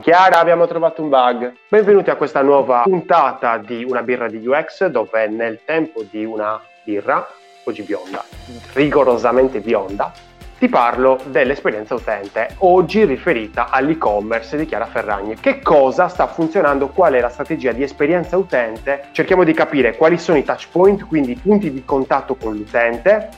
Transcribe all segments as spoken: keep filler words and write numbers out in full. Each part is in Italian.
Chiara, abbiamo trovato un bug. Benvenuti a questa nuova puntata di Una birra di U X, dove nel tempo di una birra, oggi bionda, rigorosamente bionda, ti parlo dell'esperienza utente, oggi riferita all'e-commerce di Chiara Ferragni. Che cosa sta funzionando? Qual è la strategia di esperienza utente? Cerchiamo di capire quali sono i touch point, quindi i punti di contatto con l'utente.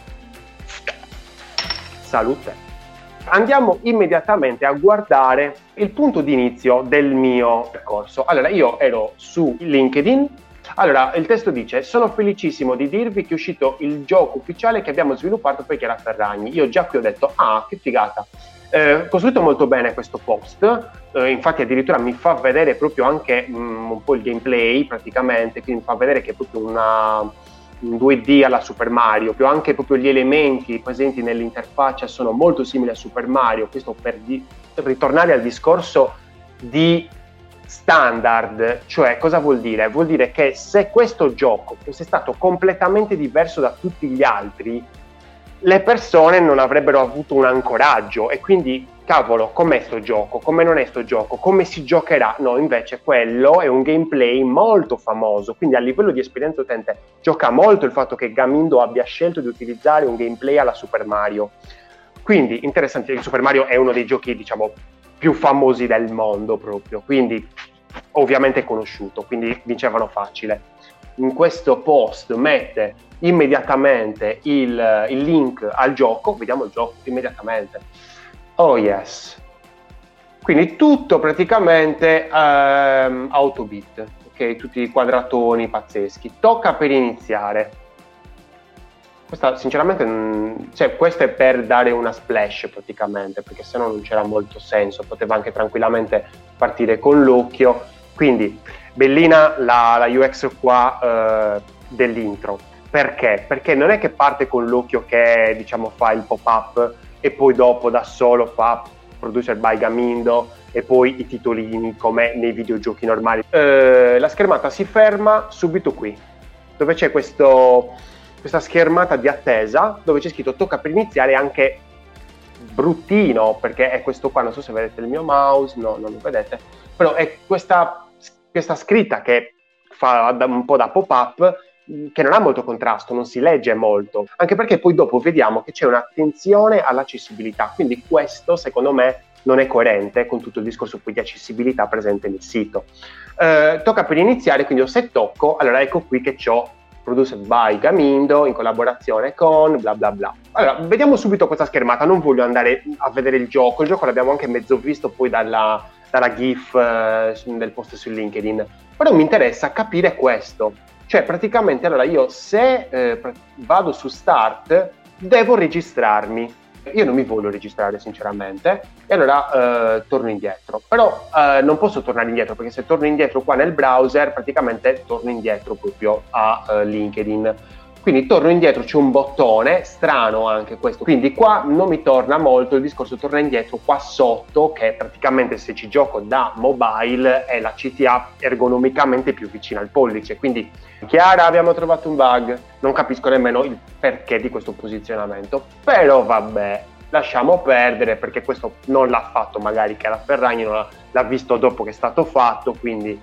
Salute! Andiamo immediatamente a guardare il punto di inizio del mio percorso. Allora, io ero su LinkedIn. Allora, il testo dice: sono felicissimo di dirvi che è uscito il gioco ufficiale che abbiamo sviluppato per Chiara Ferragni. Io già qui ho detto, ah, che figata. Eh, costruito molto bene questo post, eh, infatti addirittura mi fa vedere proprio anche mh, un po' il gameplay praticamente, quindi mi fa vedere che è proprio una... in due D alla Super Mario, più anche proprio gli elementi presenti nell'interfaccia sono molto simili a Super Mario. Questo per di- ritornare al discorso di standard, cioè cosa vuol dire? Vuol dire che se questo gioco fosse stato completamente diverso da tutti gli altri, le persone non avrebbero avuto un ancoraggio e quindi, cavolo, com'è sto gioco? Come non è sto gioco? Come si giocherà? No, invece quello è un gameplay molto famoso, quindi a livello di esperienza utente gioca molto il fatto che Gamindo abbia scelto di utilizzare un gameplay alla Super Mario. Quindi interessante, il Super Mario è uno dei giochi, diciamo, più famosi del mondo proprio, quindi ovviamente conosciuto, quindi vincevano facile. In questo post mette immediatamente il, il link al gioco, vediamo il gioco immediatamente. Oh yes, quindi tutto praticamente ehm, autobit, ok, tutti i quadratoni pazzeschi. Tocca per iniziare. Questa sinceramente, mh, cioè questo è per dare una splash praticamente, perché se no non c'era molto senso, poteva anche tranquillamente partire con l'occhio. Quindi bellina la, la U X qua eh, dell'intro. Perché? Perché non è che parte con l'occhio che, diciamo, fa il pop-up e poi dopo da solo fa producer by Gamindo e poi i titolini come nei videogiochi normali. Eh, la schermata si ferma subito qui, dove c'è questo, questa schermata di attesa, dove c'è scritto tocca per iniziare, anche bruttino, perché è questo qua, non so se vedete il mio mouse, no, non lo vedete, però è questa, questa scritta che fa un po' da pop-up, che non ha molto contrasto, non si legge molto, anche perché poi dopo vediamo che c'è un'attenzione all'accessibilità, quindi questo secondo me non è coerente con tutto il discorso poi di accessibilità presente nel sito. Eh, tocca per iniziare, quindi io se tocco, allora ecco qui che c'ho produced by Gamindo in collaborazione con bla bla bla. Allora, vediamo subito questa schermata, non voglio andare a vedere il gioco, il gioco l'abbiamo anche mezzo visto poi dalla, dalla GIF eh, del post su LinkedIn, però mi interessa capire questo. Cioè praticamente allora io se eh, vado su Start devo registrarmi. Io non mi voglio registrare sinceramente e allora eh, torno indietro. Però eh, non posso tornare indietro, perché se torno indietro qua nel browser praticamente torno indietro proprio a eh, LinkedIn. Quindi torno indietro, c'è un bottone, strano anche questo, quindi qua non mi torna molto, il discorso torna indietro qua sotto, che praticamente se ci gioco da mobile è la C T A ergonomicamente più vicina al pollice. Quindi Chiara, abbiamo trovato un bug, non capisco nemmeno il perché di questo posizionamento, però vabbè, lasciamo perdere, perché questo non l'ha fatto magari Chiara Ferragni, non l'ha, l'ha visto dopo che è stato fatto, quindi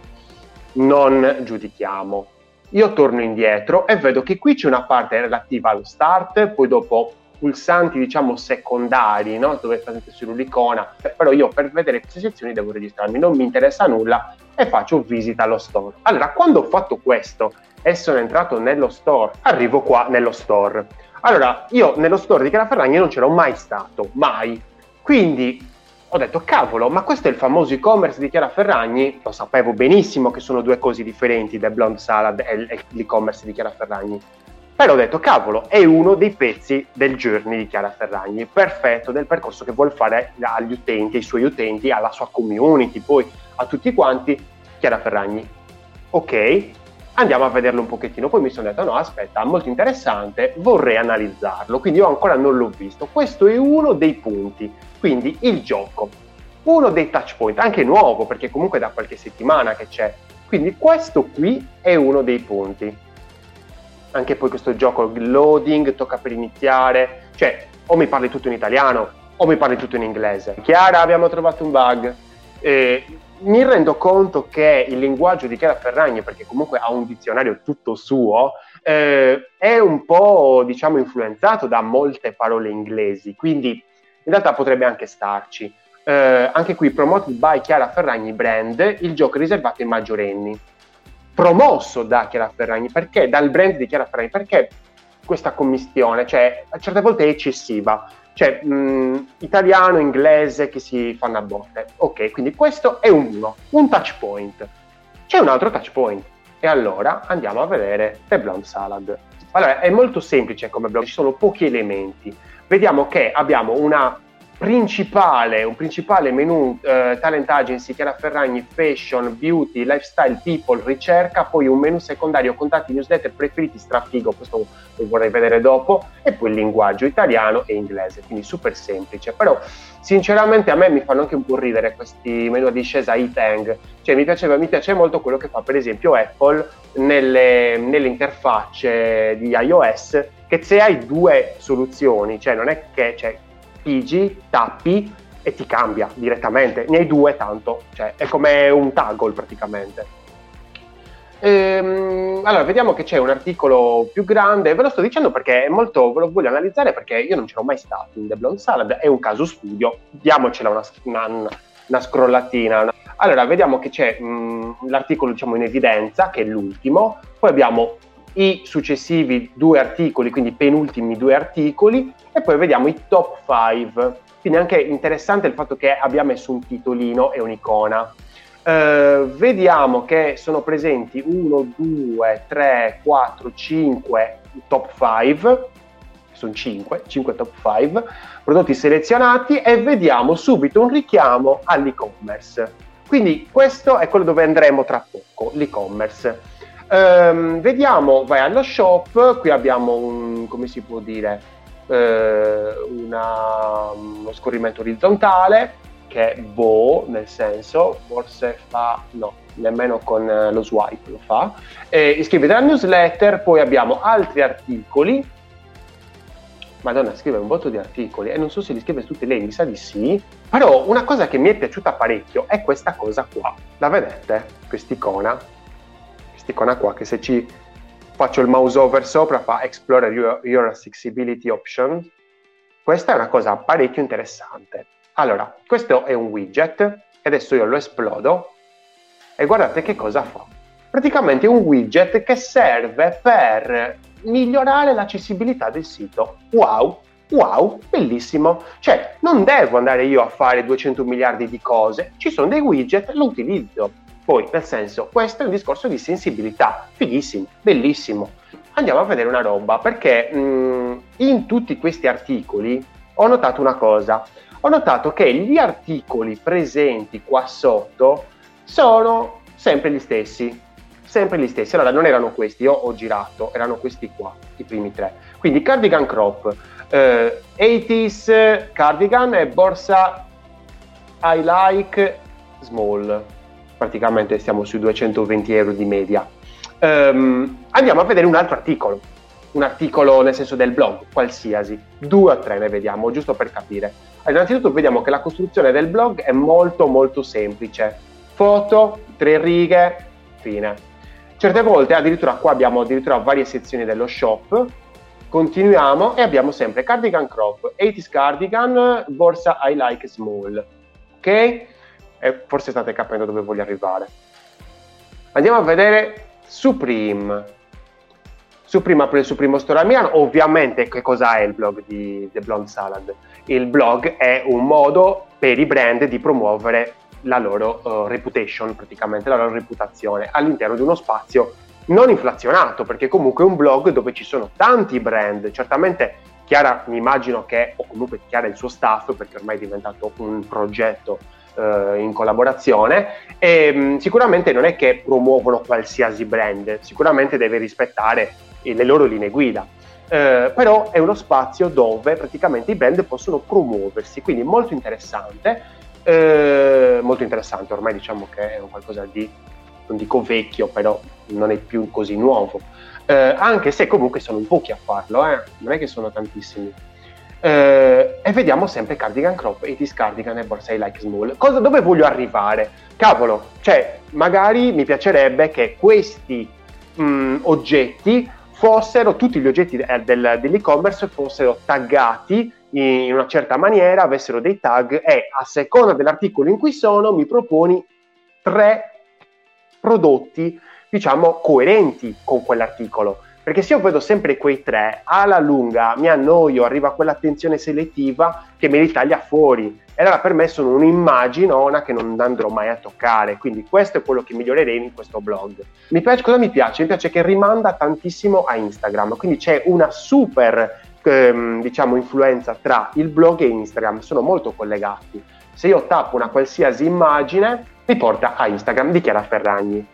non giudichiamo. Io torno indietro e vedo che qui c'è una parte relativa allo start, poi dopo pulsanti diciamo secondari, no? Dove è presente sull'icona, però io per vedere queste sezioni devo registrarmi, non mi interessa nulla e faccio visita allo store. Allora, quando ho fatto questo e sono entrato nello store, arrivo qua nello store. Allora, io nello store di Chiara Ferragni non c'ero mai stato, mai. Quindi ho detto, cavolo, ma questo è il famoso e-commerce di Chiara Ferragni? Lo sapevo benissimo che sono due cose differenti, The Blonde Salad e l'e-commerce di Chiara Ferragni. Però ho detto, cavolo, è uno dei pezzi del journey di Chiara Ferragni, perfetto, del percorso che vuole fare agli utenti, ai suoi utenti, alla sua community, poi a tutti quanti, Chiara Ferragni. Ok, andiamo a vederlo un pochettino. Poi mi sono detto, no, aspetta, molto interessante, vorrei analizzarlo. Quindi io ancora non l'ho visto. Questo è uno dei punti. Quindi il gioco, uno dei touch point, anche nuovo, perché comunque da qualche settimana che c'è. Quindi questo qui è uno dei punti. Anche poi questo gioco, loading, tocca per iniziare. Cioè, o mi parli tutto in italiano, o mi parli tutto in inglese. Chiara, abbiamo trovato un bug. Eh, mi rendo conto che il linguaggio di Chiara Ferragni, perché comunque ha un dizionario tutto suo, eh, è un po', diciamo, influenzato da molte parole inglesi, quindi in realtà potrebbe anche starci. Eh, anche qui, promoted by Chiara Ferragni brand, il gioco è riservato ai maggiorenni. Promosso da Chiara Ferragni, perché? Dal brand di Chiara Ferragni, perché questa commistione, cioè, a certe volte è eccessiva. Cioè, mh, italiano, inglese che si fanno a botte. Ok, quindi questo è un uno, un touch point. C'è un altro touch point. E allora andiamo a vedere The Blonde Salad. Allora, è molto semplice come blog, ci sono pochi elementi. Vediamo che abbiamo una principale, un principale menu eh, talent agency, Chiara Ferragni, fashion, beauty, lifestyle, people, ricerca, poi un menu secondario, contatti, newsletter, preferiti, strafigo, questo lo vorrei vedere dopo, e poi il linguaggio italiano e inglese, quindi super semplice. Però sinceramente a me mi fanno anche un po' ridere questi menu a discesa e-tang, cioè mi piaceva, mi piace molto quello che fa per esempio Apple nelle, nelle interfacce di iOS, che se hai due soluzioni, cioè non è che cioè, pigi, tappi e ti cambia direttamente, ne hai due tanto, cioè è come un toggle praticamente. Ehm, allora vediamo che c'è un articolo più grande, ve lo sto dicendo perché è molto, ve lo voglio analizzare perché io non c'ero mai stato in The Blonde Salad, è un caso studio, diamocela una, una, una scrollatina. Una... Allora vediamo che c'è mh, l'articolo diciamo in evidenza, che è l'ultimo, poi abbiamo i successivi due articoli, quindi penultimi due articoli, e poi vediamo i top cinque. Quindi anche interessante il fatto che abbia messo un titolino e un'icona. Uh, vediamo che sono presenti uno, due, tre, quattro, cinque top cinque, sono cinque, cinque top cinque prodotti selezionati, e vediamo subito un richiamo all'e-commerce. Quindi questo è quello dove andremo tra poco, l'e-commerce. Um, vediamo, vai allo shop, qui abbiamo un, come si può dire, uh, una, uno scorrimento orizzontale che boh, nel senso, forse fa, no, nemmeno con uh, lo swipe lo fa, e iscriviti alla newsletter, poi abbiamo altri articoli, Madonna, scrive un botto di articoli e non so se li scrive tutti lei, mi sa di sì, però una cosa che mi è piaciuta parecchio è questa cosa qua, la vedete? Quest'icona icona qua, che se ci faccio il mouse over sopra fa Explore your, your accessibility option. Questa è una cosa parecchio interessante. Allora, questo è un widget e adesso io lo esplodo e guardate che cosa fa. Praticamente è un widget che serve per migliorare l'accessibilità del sito. Wow, wow, bellissimo. Cioè, non devo andare io a fare duecento miliardi di cose, ci sono dei widget, lo utilizzo. Poi, nel senso, questo è un discorso di sensibilità, fighissimo, bellissimo. Andiamo a vedere una roba, perché mh, in tutti questi articoli ho notato una cosa. Ho notato che gli articoli presenti qua sotto sono sempre gli stessi, sempre gli stessi. Allora, non erano questi, io ho girato, erano questi qua, i primi tre. Quindi cardigan crop, eh, ottanta cardigan e borsa I like small. Praticamente stiamo sui duecentoventi euro di media. Um, andiamo a vedere un altro articolo, un articolo nel senso del blog, qualsiasi, due o tre ne vediamo, giusto per capire. Allora, innanzitutto vediamo che la costruzione del blog è molto molto semplice, foto, tre righe, fine. Certe volte addirittura qua abbiamo addirittura varie sezioni dello shop, continuiamo e abbiamo sempre cardigan crop, ottanta cardigan, borsa I like small, ok? E forse state capendo dove voglio arrivare. Andiamo a vedere Supreme. Supreme apre il suo primo store a Milano. Ovviamente che cosa è il blog di The Blonde Salad? Il blog è un modo per i brand di promuovere la loro uh, reputation, praticamente la loro reputazione all'interno di uno spazio non inflazionato, perché comunque è un blog dove ci sono tanti brand. Certamente Chiara, mi immagino che, o comunque Chiara e il suo staff, perché ormai è diventato un progetto in collaborazione, e mh, sicuramente non è che promuovono qualsiasi brand, sicuramente deve rispettare le loro linee guida, eh, però è uno spazio dove praticamente i brand possono promuoversi, quindi molto interessante, eh, molto interessante. Ormai diciamo che è un qualcosa di, non dico vecchio, però non è più così nuovo, eh, anche se comunque sono in pochi a farlo, eh, non è che sono tantissimi. eh, e vediamo sempre cardigan crop, eighties cardigan e borsai like small. Cosa, dove voglio arrivare? Cavolo, cioè magari mi piacerebbe che questi mh, oggetti fossero, tutti gli oggetti del, del, dell'e-commerce fossero taggati in una certa maniera, avessero dei tag, e a seconda dell'articolo in cui sono mi proponi tre prodotti, diciamo, coerenti con quell'articolo. Perché se io vedo sempre quei tre, alla lunga mi annoio, arriva quell'attenzione selettiva che me li taglia fuori. E allora per me sono un'immaginona che non andrò mai a toccare. Quindi questo è quello che migliorerei in questo blog. Mi piace, cosa mi piace? Mi piace che rimanda tantissimo a Instagram. Quindi c'è una super, ehm, diciamo, influenza tra il blog e Instagram. Sono molto collegati. Se io tappo una qualsiasi immagine, mi porta a Instagram di Chiara Ferragni.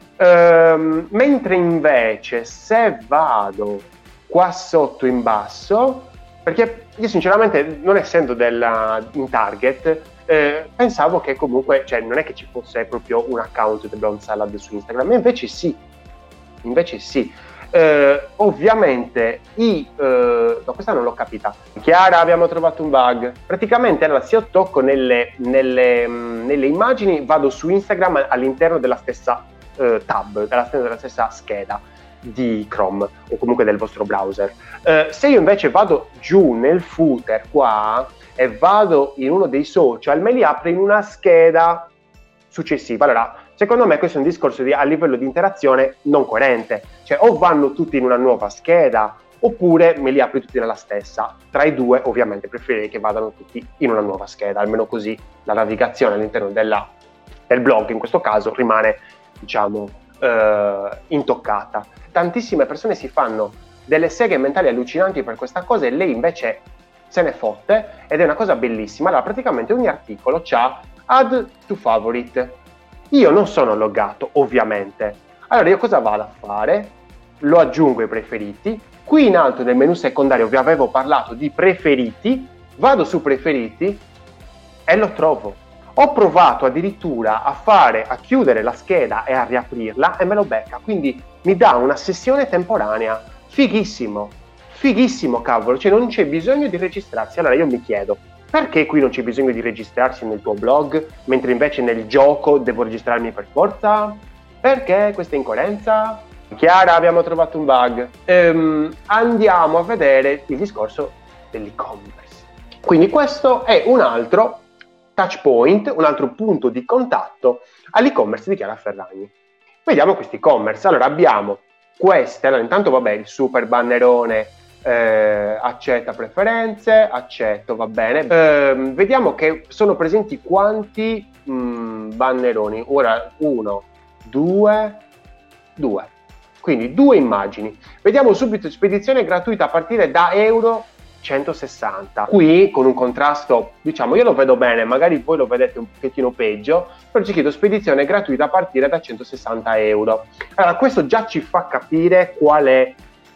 Um, mentre invece se vado qua sotto in basso, perché io sinceramente, non essendo della, in target, eh, pensavo che comunque, cioè non è che ci fosse proprio un account The Blonde Salad su Instagram, ma invece sì, invece sì. Eh, ovviamente i, eh, no, questa non l'ho capita. Chiara, abbiamo trovato un bug. Praticamente allora, se io tocco nelle, nelle, mh, nelle immagini, vado su Instagram all'interno della stessa Uh, tab, della, della stessa scheda di Chrome o comunque del vostro browser. Uh, se io invece vado giù nel footer qua e vado in uno dei social, me li apre in una scheda successiva. Allora, secondo me questo è un discorso di, a livello di interazione non coerente, cioè o vanno tutti in una nuova scheda oppure me li apri tutti nella stessa. Tra i due ovviamente preferirei che vadano tutti in una nuova scheda, almeno così la navigazione all'interno della, del blog in questo caso rimane, diciamo, eh, intoccata. Tantissime persone si fanno delle seghe mentali allucinanti per questa cosa e lei invece se ne fotte, ed è una cosa bellissima. Allora, praticamente ogni articolo c'ha add to favorite. Io non sono loggato, ovviamente. Allora io cosa vado a fare? Lo aggiungo ai preferiti. Qui in alto nel menu secondario vi avevo parlato di preferiti, vado su preferiti e lo trovo. Ho provato addirittura a fare, a chiudere la scheda e a riaprirla e me lo becca, quindi mi dà una sessione temporanea. Fighissimo, fighissimo cavolo, cioè non c'è bisogno di registrarsi. Allora io mi chiedo, perché qui non c'è bisogno di registrarsi nel tuo blog, mentre invece nel gioco devo registrarmi per forza? Perché questa incoerenza? Chiara, abbiamo trovato un bug. Ehm, andiamo a vedere il discorso dell'e-commerce. Quindi questo è un altro touch point, un altro punto di contatto all'e-commerce di Chiara Ferragni. Vediamo questi e-commerce. Allora abbiamo queste, allora intanto vabbè il super bannerone, eh, accetta preferenze, accetto, va bene. Eh, vediamo che sono presenti quanti mh, banneroni. Ora uno, due, due. Quindi due immagini. Vediamo subito spedizione gratuita a partire da euro centosessanta. Qui con un contrasto, diciamo, io lo vedo bene, magari voi lo vedete un pochettino peggio, però ci chiedo spedizione gratuita a partire da centosessanta euro. Allora questo già ci fa capire qual è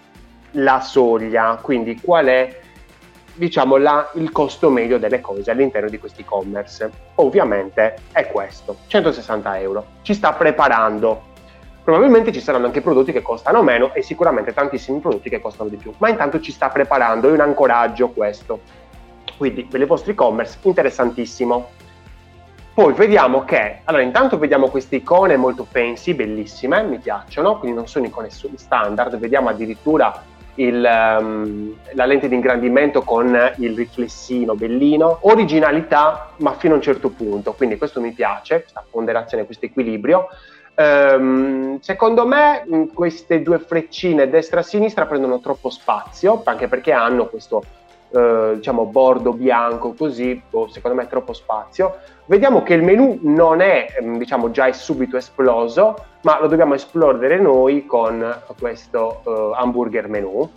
la soglia, quindi qual è, diciamo, la, il costo medio delle cose all'interno di questi e-commerce. Ovviamente è questo, centosessanta euro. Ci sta preparando. Probabilmente ci saranno anche prodotti che costano meno e sicuramente tantissimi prodotti che costano di più, ma intanto ci sta preparando, è un ancoraggio questo. Quindi per i vostri e-commerce interessantissimo. Poi vediamo che, allora intanto vediamo queste icone molto fancy, bellissime, mi piacciono, quindi non sono icone standard, vediamo addirittura il, um, la lente di ingrandimento con il riflessino bellino, originalità ma fino a un certo punto, quindi questo mi piace, questa ponderazione, questo equilibrio. Um, secondo me mh, queste due freccine destra e sinistra prendono troppo spazio, anche perché hanno questo uh, diciamo bordo bianco così, oh, secondo me è troppo spazio. Vediamo che il menu non è mh, diciamo già è subito esploso, ma lo dobbiamo esplodere noi con questo uh, hamburger menu. Uh,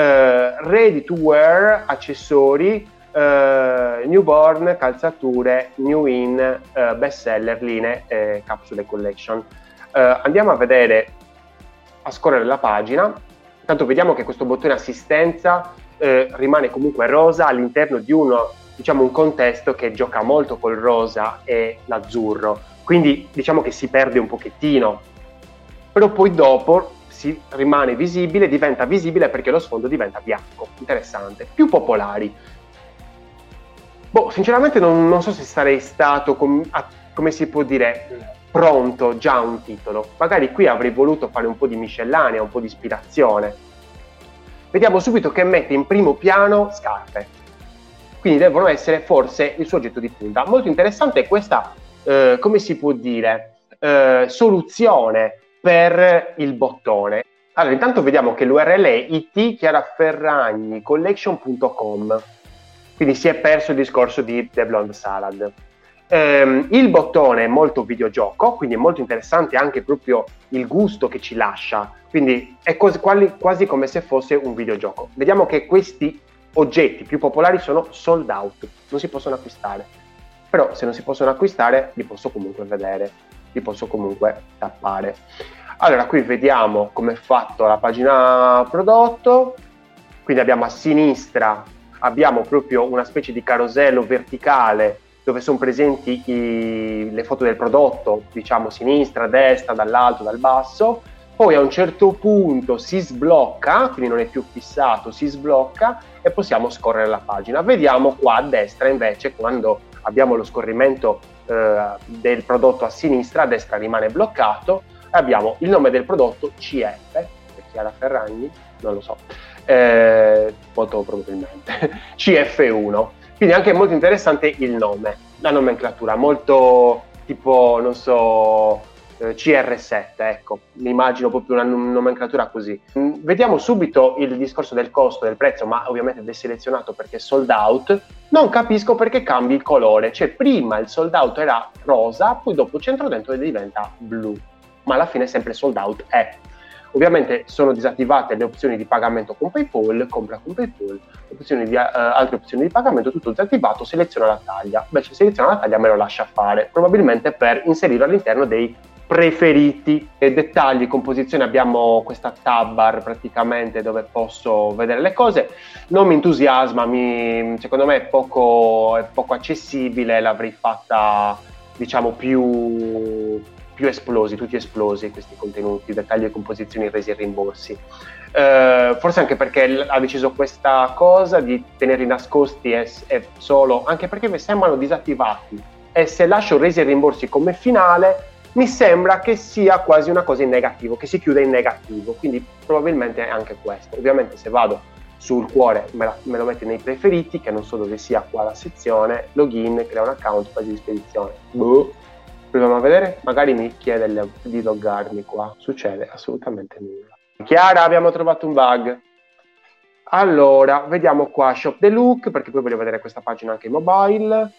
ready to wear, accessori, uh, newborn, calzature, new in, uh, bestseller, linee, eh, capsule collection. Uh, andiamo a vedere, a scorrere la pagina. Intanto vediamo che questo bottone assistenza eh, rimane comunque rosa all'interno di uno, diciamo, un contesto che gioca molto col rosa e l'azzurro, quindi diciamo che si perde un pochettino, però poi dopo si rimane visibile, diventa visibile perché lo sfondo diventa bianco. Interessante. Più popolari. Boh, sinceramente non, non so se sarei stato, com- a, come si può dire, pronto già a un titolo. Magari qui avrei voluto fare un po' di miscellanea, un po' di ispirazione. Vediamo subito che mette in primo piano scarpe. Quindi devono essere forse il suo oggetto di punta. Molto interessante questa, eh, come si può dire, eh, soluzione per il bottone. Allora, intanto vediamo che l'U R L è itchiaraferragnicollection punto com. Quindi si è perso il discorso di The Blonde Salad. Um, il bottone è molto videogioco, quindi è molto interessante anche proprio il gusto che ci lascia, quindi è quasi, quasi come se fosse un videogioco. Vediamo che questi oggetti più popolari sono sold out, non si possono acquistare, però se non si possono acquistare li posso comunque vedere, li posso comunque tappare. Allora, qui vediamo come è fatto la pagina prodotto, quindi abbiamo a sinistra abbiamo proprio una specie di carosello verticale dove sono presenti i, le foto del prodotto, diciamo sinistra, destra, dall'alto, dal basso. Poi a un certo punto si sblocca, quindi non è più fissato, si sblocca e possiamo scorrere la pagina. Vediamo qua a destra invece, quando abbiamo lo scorrimento eh, del prodotto a sinistra, a destra rimane bloccato, abbiamo il nome del prodotto C F, per Chiara Ferragni, non lo so, eh, molto probabilmente, C F uno. Quindi anche molto interessante il nome, la nomenclatura, molto tipo, non so, eh, C R sette, ecco, mi immagino proprio una nomenclatura così. Mm, vediamo subito il discorso del costo, del prezzo, ma ovviamente deselezionato perché è sold out. Non capisco perché cambi il colore, cioè prima il sold out era rosa, poi dopo centrodentro diventa blu, ma alla fine sempre sold out è. Ovviamente sono disattivate le opzioni di pagamento con PayPal, compra con PayPal, opzioni di, uh, altre opzioni di pagamento, tutto disattivato, seleziona la taglia. Invece seleziona la taglia me lo lascia fare, probabilmente per inserirlo all'interno dei preferiti. E dettagli, composizione, abbiamo questa tab bar praticamente dove posso vedere le cose. Non mi entusiasma, mi, secondo me è poco, è poco accessibile, l'avrei fatta diciamo più... più esplosi, tutti esplosi questi contenuti, dettagli e composizioni resi e rimborsi. Eh, forse anche perché ha deciso questa cosa di tenerli nascosti e, e solo, anche perché mi sembrano disattivati, e se lascio resi e rimborsi come finale mi sembra che sia quasi una cosa in negativo, che si chiude in negativo, quindi probabilmente è anche questo. Ovviamente se vado sul cuore me, la, me lo mette nei preferiti, che non so dove sia qua la sezione, login, crea un account, pagina di spedizione. Boh. Proviamo a vedere, magari mi chiede di loggarmi qua, succede assolutamente nulla. Chiara, abbiamo trovato un bug. Allora, vediamo qua Shop the Look, perché poi voglio vedere questa pagina anche in mobile.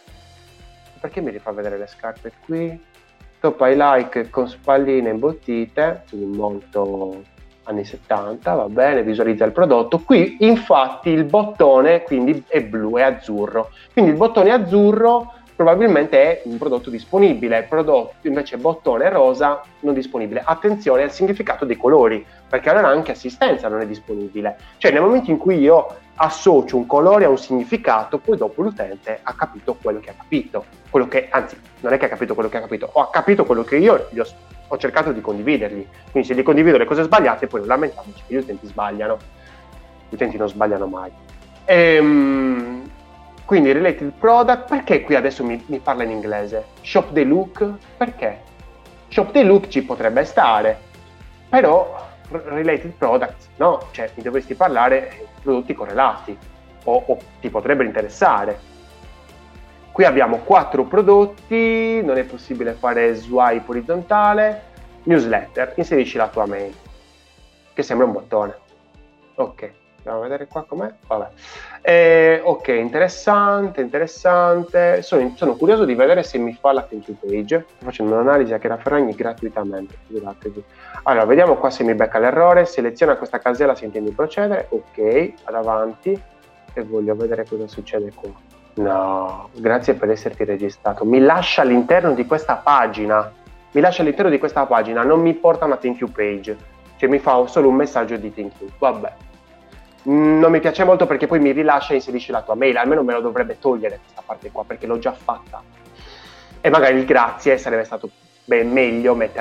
Perché mi rifà vedere le scarpe qui? Top I like con spalline imbottite, quindi molto anni settanta, va bene, visualizza il prodotto. Qui infatti il bottone quindi è blu, è azzurro, quindi il bottone azzurro probabilmente è un prodotto disponibile, prodotto invece bottone rosa non disponibile. Attenzione al significato dei colori, perché allora anche assistenza non è disponibile. Cioè nel momento in cui io associo un colore a un significato, poi dopo l'utente ha capito quello che ha capito, quello che, anzi non è che ha capito quello che ha capito, ho capito quello che io gli ho, ho cercato di condividergli. Quindi se gli condivido le cose sbagliate, poi non lamentiamoci che gli utenti sbagliano, gli utenti non sbagliano mai. Ehm... Quindi related product, perché qui adesso mi, mi parla in inglese? Shop the look, perché? Shop the look ci potrebbe stare, però related products no, cioè mi dovresti parlare di prodotti correlati o, o ti potrebbero interessare. Qui abbiamo quattro prodotti, non è possibile fare swipe orizzontale, newsletter, inserisci la tua mail, che sembra un bottone. Ok. Andiamo a vedere qua com'è. Vabbè. Eh, ok, interessante, interessante. Sono, sono curioso di vedere se mi fa la thank you page. Sto facendo un'analisi a Chiara Ferragni gratuitamente. Figuratevi. Allora, vediamo qua se mi becca l'errore. Seleziona questa casella se intendi procedere. Ok, vado avanti e voglio vedere cosa succede qua. No, grazie per esserti registrato. Mi lascia all'interno di questa pagina. Mi lascia all'interno di questa pagina, non mi porta una thank you page. Cioè mi fa solo un messaggio di thank you. Vabbè. Non mi piace molto perché poi mi rilascia e inserisce la tua mail, almeno me lo dovrebbe togliere questa parte qua perché l'ho già fatta, e magari il grazie sarebbe stato beh, meglio metterlo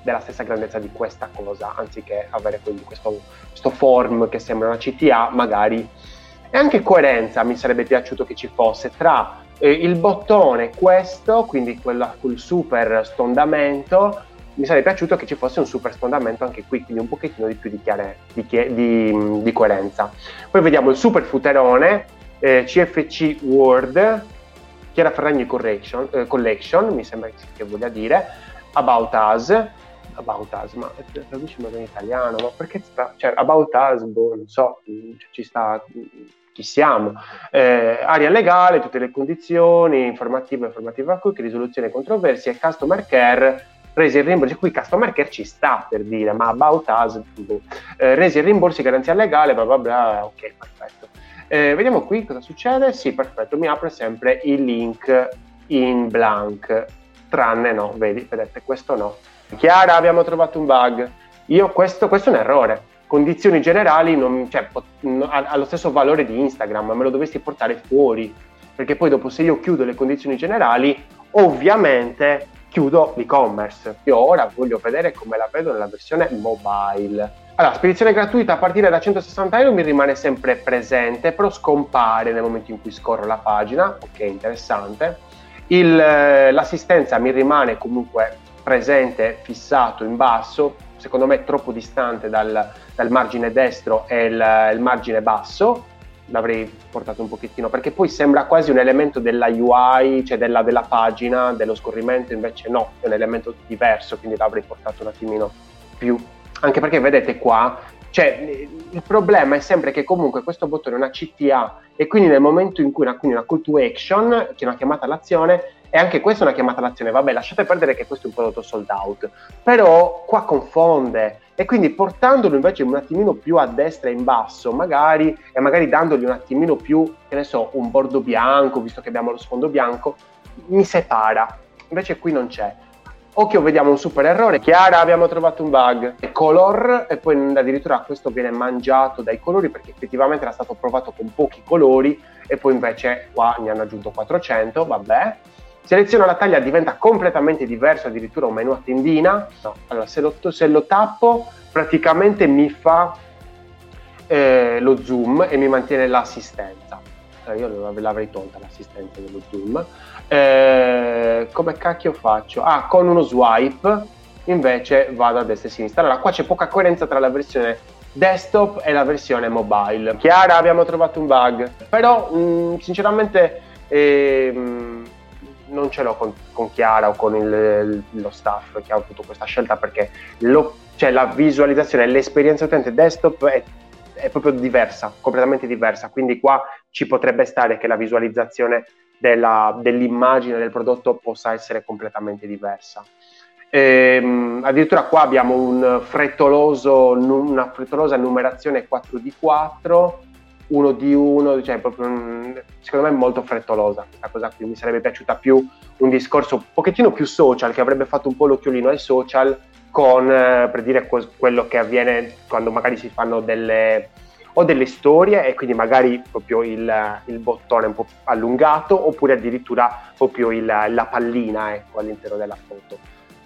della stessa grandezza di questa cosa, anziché avere quindi questo, questo form che sembra una C T A magari. E anche coerenza mi sarebbe piaciuto che ci fosse tra eh, il bottone questo, quindi quella, quel super stondamento, mi sarebbe piaciuto che ci fosse un super stondamento anche qui, quindi un pochettino di più di, chiare, di, di, di coerenza. Poi vediamo il super futerone, eh, C F C World, Chiara Ferragni Collection, eh, Collection, mi sembra che voglia dire, About Us, About Us, ma traduci in italiano, ma perché sta, cioè About Us, boh, non so, ci sta, chi siamo, eh, area legale, tutte le condizioni, informativa, informativa quick, risoluzione controversie, customer care, resi e rimborsi, qui customer care ci sta per dire, ma About Us, boh. eh, resi e rimborsi, garanzia legale, bla bla bla, ok, perfetto. Eh, vediamo qui cosa succede, sì, perfetto, mi apre sempre il link in blank, tranne no, vedi, vedete, questo no. Chiara, abbiamo trovato un bug, io questo, questo è un errore, condizioni generali non, cioè, ha, ha lo stesso valore di Instagram, me lo dovresti portare fuori, perché poi dopo se io chiudo le condizioni generali, ovviamente chiudo l'e-commerce. Io ora voglio vedere come la vedo nella versione mobile. Allora, spedizione gratuita a partire da centosessanta euro mi rimane sempre presente, però scompare nel momento in cui scorro la pagina, ok, interessante. Il, l'assistenza mi rimane comunque presente, fissato in basso, secondo me troppo distante dal, dal margine destro e il, il margine basso, l'avrei portato un pochettino, perché poi sembra quasi un elemento della U I, cioè della, della pagina, dello scorrimento, invece no, è un elemento diverso, quindi l'avrei portato un attimino più, anche perché vedete qua, cioè il problema è sempre che comunque questo bottone è una C T A e quindi nel momento in cui una, quindi una call to action, che è una chiamata all'azione, e anche questa è una chiamata all'azione, vabbè, lasciate perdere che questo è un prodotto sold out, però qua confonde, e quindi portandolo invece un attimino più a destra e in basso, magari, e magari dandogli un attimino più, che ne so, un bordo bianco, visto che abbiamo lo sfondo bianco, mi separa, invece qui non c'è. Occhio, vediamo un super errore. Chiara, abbiamo trovato un bug. Color, e poi addirittura questo viene mangiato dai colori, perché effettivamente era stato provato con pochi colori, e poi invece qua ne hanno aggiunto quattrocento, vabbè. Seleziona la taglia, diventa completamente diverso, addirittura un menu a tendina. No. Allora, se lo, se lo tappo, praticamente mi fa eh, lo zoom e mi mantiene l'assistenza. Allora, io l'avrei tolta l'assistenza dello zoom. Eh, come cacchio faccio? Ah, con uno swipe invece vado a destra e a sinistra. Allora, qua c'è poca coerenza tra la versione desktop e la versione mobile. Chiara, abbiamo trovato un bug, però mh, sinceramente ehm, non ce l'ho con, con Chiara o con il, lo staff che ha avuto questa scelta, perché lo, cioè, la visualizzazione e l'esperienza utente desktop è, è proprio diversa, completamente diversa, quindi qua ci potrebbe stare che la visualizzazione della, dell'immagine del prodotto possa essere completamente diversa. Ehm, addirittura qua abbiamo un frettoloso, una frettolosa numerazione quattro di quattro, uno di uno, cioè proprio un, secondo me è molto frettolosa questa cosa qui. Mi sarebbe piaciuta più un discorso un pochettino più social, che avrebbe fatto un po' l'occhiolino ai social, con eh, per dire que- quello che avviene quando magari si fanno delle o delle storie, e quindi magari proprio il, il bottone un po' allungato, oppure addirittura proprio il, la pallina, ecco, all'interno della foto.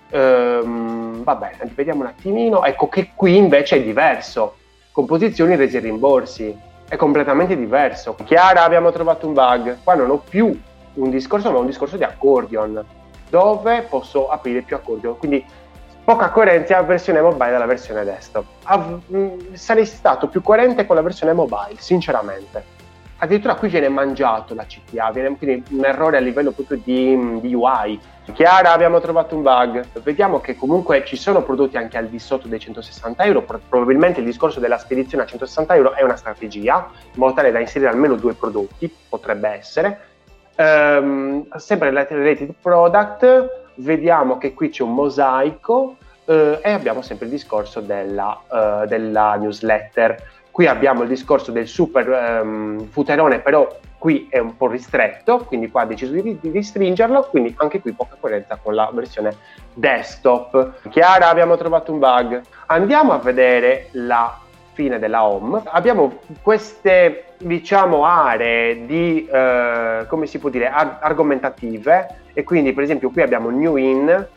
Ehm, vabbè, vediamo un attimino. Ecco che qui invece è diverso, composizioni, resi e rimborsi, è completamente diverso. Chiara, abbiamo trovato un bug. Qua non ho più un discorso, ma un discorso di accordion, dove posso aprire più accordion, quindi poca coerenza la versione mobile dalla versione desktop. Av- mh, sarei stato più coerente con la versione mobile, sinceramente. Addirittura qui viene mangiato la C T A, viene quindi un errore a livello proprio di, di U I. Chiara, abbiamo trovato un bug. Vediamo che comunque ci sono prodotti anche al di sotto dei centosessanta euro. Pro- probabilmente il discorso della spedizione a centosessanta euro è una strategia, in modo tale da inserire almeno due prodotti, potrebbe essere. Ehm, sempre related product, vediamo che qui c'è un mosaico eh, e abbiamo sempre il discorso della, uh, della newsletter. Qui abbiamo il discorso del super um, futerone, però qui è un po' ristretto, quindi qua ha deciso di, di restringerlo, quindi anche qui poca coerenza con la versione desktop. Chiara, abbiamo trovato un bug. Andiamo a vedere la fine della home. Abbiamo queste, diciamo, aree di, eh, come si può dire, ar- argomentative, e quindi per esempio qui abbiamo new in,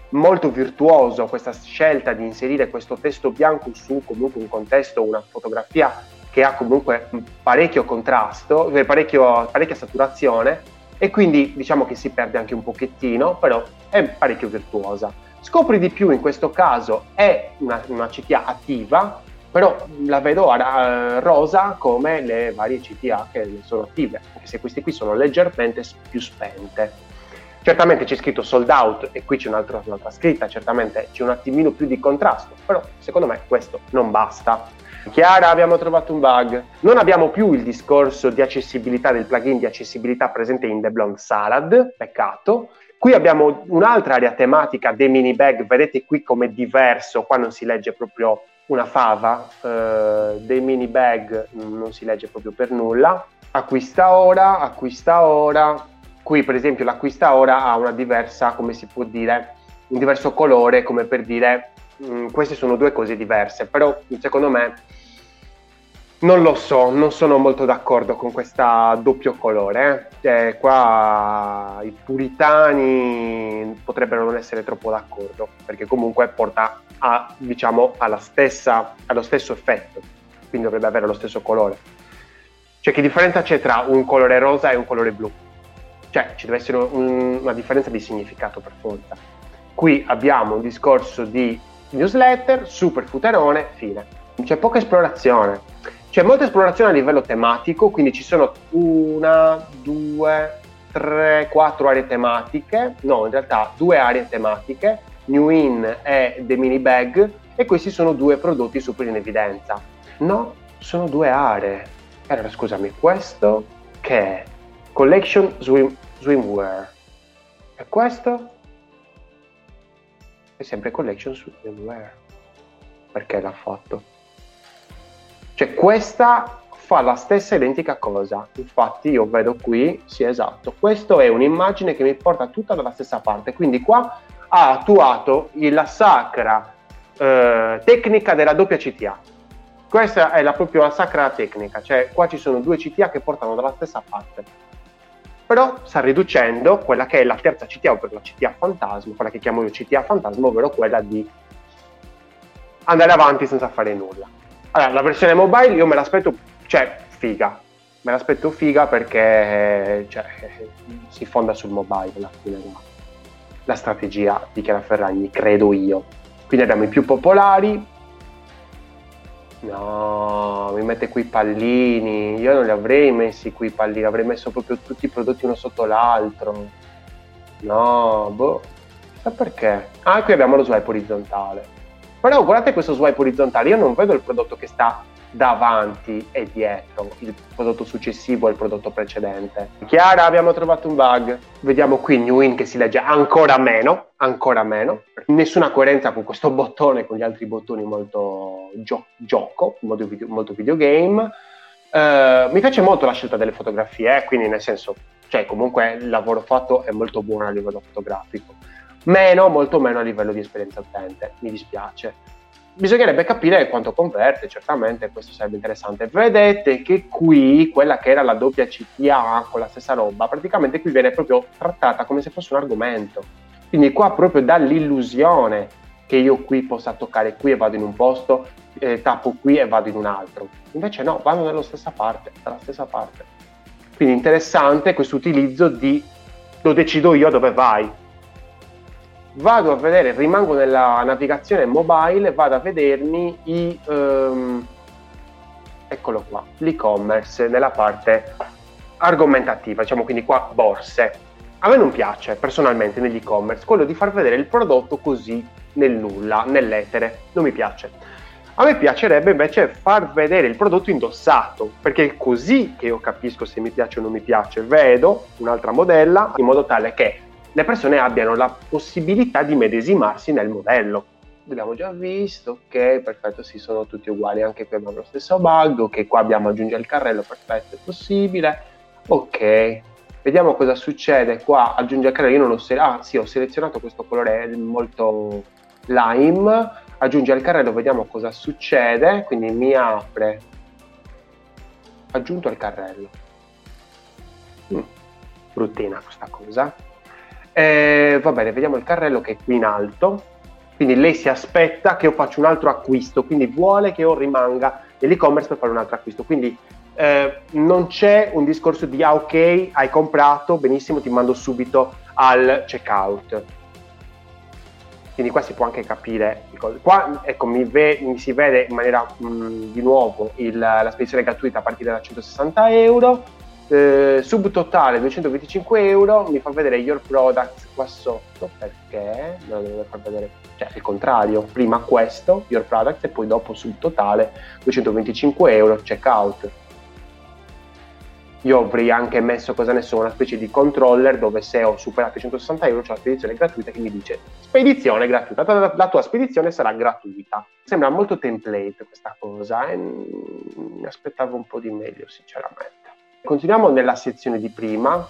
molto virtuoso questa scelta di inserire questo testo bianco su comunque un contesto, una fotografia che ha comunque parecchio contrasto, parecchio, parecchia saturazione, e quindi diciamo che si perde anche un pochettino, però è parecchio virtuosa. Scopri di più in questo caso è una, una C T A attiva, però la vedo uh, rosa come le varie C T A che sono attive, anche se queste qui sono leggermente più spente. Certamente c'è scritto sold out e qui c'è un'altra, un'altra scritta, certamente c'è un attimino più di contrasto, però secondo me questo non basta. Chiara, abbiamo trovato un bug. Non abbiamo più il discorso di accessibilità del plugin di accessibilità presente in The Blonde Salad, peccato. Qui abbiamo un'altra area tematica dei mini bag, vedete qui come diverso, qua non si legge proprio una fava, eh, dei mini bag non si legge proprio per nulla. Acquista ora, acquista ora. Qui per esempio l'acquista ora ha una diversa, come si può dire, un diverso colore, come per dire, mh, queste sono due cose diverse, però secondo me non lo so, non sono molto d'accordo con questa doppio colore, eh. Cioè, qua i puritani potrebbero non essere troppo d'accordo, perché comunque porta a, diciamo, alla stessa, allo stesso effetto, quindi dovrebbe avere lo stesso colore. Cioè, che differenza c'è tra un colore rosa e un colore blu? Cioè, ci deve essere un, una differenza di significato per forza. Qui abbiamo un discorso di newsletter, super futerone, fine. C'è poca esplorazione. C'è molta esplorazione a livello tematico, quindi ci sono una, due, tre, quattro aree tematiche, no, in realtà due aree tematiche, New In e The Mini Bag, e questi sono due prodotti super in evidenza. No, sono due aree. Allora, scusami, questo che è Collection Swim, Swimwear, e questo è sempre Collection Swimwear. Perché l'ha fatto? Cioè questa fa la stessa identica cosa, infatti io vedo qui, sì esatto, questo è un'immagine che mi porta tutta dalla stessa parte, quindi qua ha attuato la sacra eh, tecnica della doppia C T A. Questa è la proprio la sacra tecnica, cioè qua ci sono due C T A che portano dalla stessa parte. Però sta riducendo quella che è la terza C T A, ovvero la C T A fantasma, quella che chiamo io C T A fantasma, ovvero quella di andare avanti senza fare nulla. Allora, la versione mobile io me l'aspetto, cioè, figa. Me l'aspetto figa perché cioè, si fonda sul mobile alla fine la, la strategia di Chiara Ferragni, credo io. Quindi abbiamo i più popolari. No, mi mette qui i pallini. Io non li avrei messi qui i pallini, avrei messo proprio tutti i prodotti uno sotto l'altro. No, boh. Sa perché? Ah, qui abbiamo lo swipe orizzontale. Però guardate questo swipe orizzontale, io non vedo il prodotto che sta davanti e dietro, il prodotto successivo al prodotto precedente. Chiara, abbiamo trovato un bug. Vediamo qui New In che si legge ancora meno, ancora meno. Nessuna coerenza con questo bottone, con gli altri bottoni molto gio- gioco, molto, video- molto videogame. Uh, mi piace molto la scelta delle fotografie, eh, quindi nel senso, cioè comunque il lavoro fatto è molto buono a livello fotografico. Meno, molto meno a livello di esperienza utente, mi dispiace. Bisognerebbe capire quanto converte, certamente, questo sarebbe interessante. Vedete che qui, quella che era la doppia C T A con la stessa roba, praticamente qui viene proprio trattata come se fosse un argomento. Quindi qua proprio dà l'illusione che io qui possa toccare qui e vado in un posto, eh, tappo qui e vado in un altro. Invece no, vanno nella stessa parte, dalla stessa parte. Quindi interessante questo utilizzo di lo decido io dove vai. Vado a vedere, rimango nella navigazione mobile, vado a vedermi i, um, eccolo qua, l'e-commerce nella parte argomentativa, diciamo, quindi qua borse. A me non piace personalmente negli e-commerce quello di far vedere il prodotto così nel nulla, nell'etere, non mi piace. A me piacerebbe invece far vedere il prodotto indossato, perché è così che io capisco se mi piace o non mi piace. Vedo un'altra modella in modo tale che le persone abbiano la possibilità di medesimarsi nel modello. L'abbiamo già visto, ok, perfetto, sì, sono tutti uguali, anche qui abbiamo lo stesso bug, ok, qua abbiamo aggiungere il carrello, perfetto, è possibile, ok, vediamo cosa succede qua, aggiungere il carrello, io non ho, se- ah, sì, ho selezionato questo colore molto lime, aggiungere il carrello, vediamo cosa succede, quindi mi apre, aggiunto il carrello, mm, bruttina questa cosa. Eh, va bene, vediamo il carrello che è qui in alto, quindi lei si aspetta che io faccia un altro acquisto, quindi vuole che io rimanga nell'e-commerce per fare un altro acquisto, quindi eh, non c'è un discorso di ah ok, hai comprato, benissimo, ti mando subito al checkout. Quindi qua si può anche capire, qua ecco mi, ve, mi si vede in maniera mh, di nuovo il, la spedizione gratuita a partire da centosessanta euro, eh, subtotale duecentoventicinque euro, mi fa vedere your products qua sotto, perché non lo devo far vedere, cioè il contrario, prima questo, your products, e poi dopo subtotale duecentoventicinque euro, checkout. Io avrei anche messo, cosa ne so, una specie di controller dove se ho superato i centosessanta euro c'è la spedizione gratuita che mi dice spedizione gratuita, la tua spedizione sarà gratuita. Sembra molto template questa cosa e mi aspettavo un po' di meglio sinceramente. Continuiamo nella sezione di prima,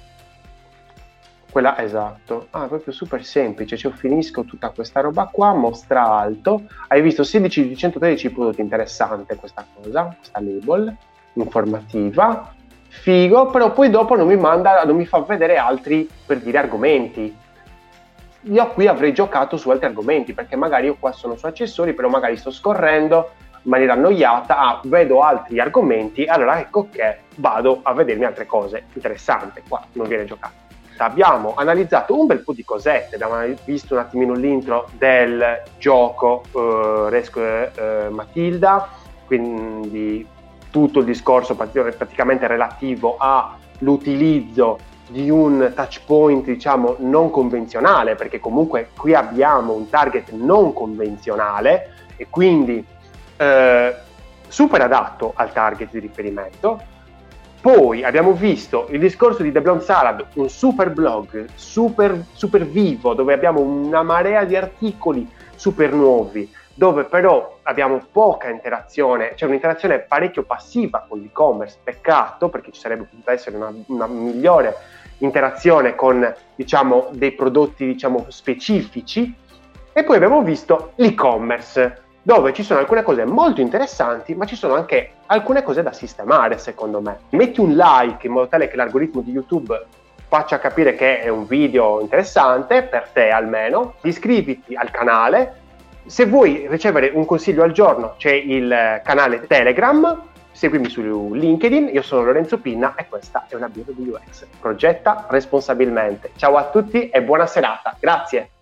quella esatto, ah proprio super semplice, cioè finisco tutta questa roba qua, mostra alto, hai visto sedici di centotredici prodotti, interessante questa cosa, questa label informativa. Figo, però poi dopo non mi manda, non mi fa vedere altri, per dire, argomenti. Io qui avrei giocato su altri argomenti, perché magari io qua sono su accessori, però magari sto scorrendo in maniera annoiata, ah, vedo altri argomenti, allora ecco che vado a vedermi altre cose. Interessante, qua non viene giocato. Abbiamo analizzato un bel po' di cosette, abbiamo visto un attimino l'intro del gioco uh, Rescue uh, Matilda, quindi tutto il discorso praticamente relativo all'utilizzo di un touch point, diciamo, non convenzionale, perché comunque qui abbiamo un target non convenzionale e quindi eh, super adatto al target di riferimento. Poi abbiamo visto il discorso di The Blonde Salad, un super blog, super, super vivo, dove abbiamo una marea di articoli super nuovi, dove però abbiamo poca interazione, c'è cioè un'interazione parecchio passiva con l'e-commerce, peccato, perché ci sarebbe potuta essere una, una migliore interazione con, diciamo, dei prodotti, diciamo, specifici. E poi abbiamo visto l'e-commerce, dove ci sono alcune cose molto interessanti, ma ci sono anche alcune cose da sistemare, secondo me. Metti un like in modo tale che l'algoritmo di YouTube faccia capire che è un video interessante, per te almeno, iscriviti al canale. Se vuoi ricevere un consiglio al giorno c'è il canale Telegram, seguimi su LinkedIn, io sono Lorenzo Pinna e questa è una Birra di U X. Progetta responsabilmente. Ciao a tutti e buona serata, grazie!